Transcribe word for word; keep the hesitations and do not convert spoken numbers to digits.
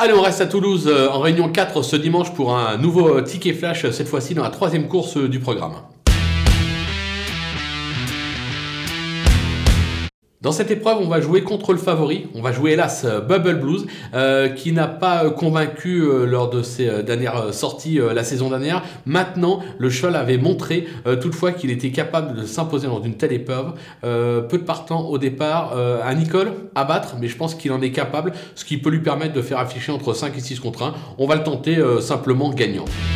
Allez, on reste à Toulouse euh, en réunion quatre ce dimanche pour un nouveau ticket flash, cette fois-ci dans la troisième course euh, du programme. Dans cette épreuve, on va jouer contre le favori. On va jouer hélas Bubble Blues, euh, qui n'a pas convaincu euh, lors de ses euh, dernières sorties euh, la saison dernière. Maintenant, le cheval avait montré euh, toutefois qu'il était capable de s'imposer dans une telle épreuve. Euh, peu de partants au départ. Euh, à Nicole, à battre, mais je pense qu'il en est capable, ce qui peut lui permettre de faire afficher entre cinq et six contre un. On va le tenter euh, simplement gagnant.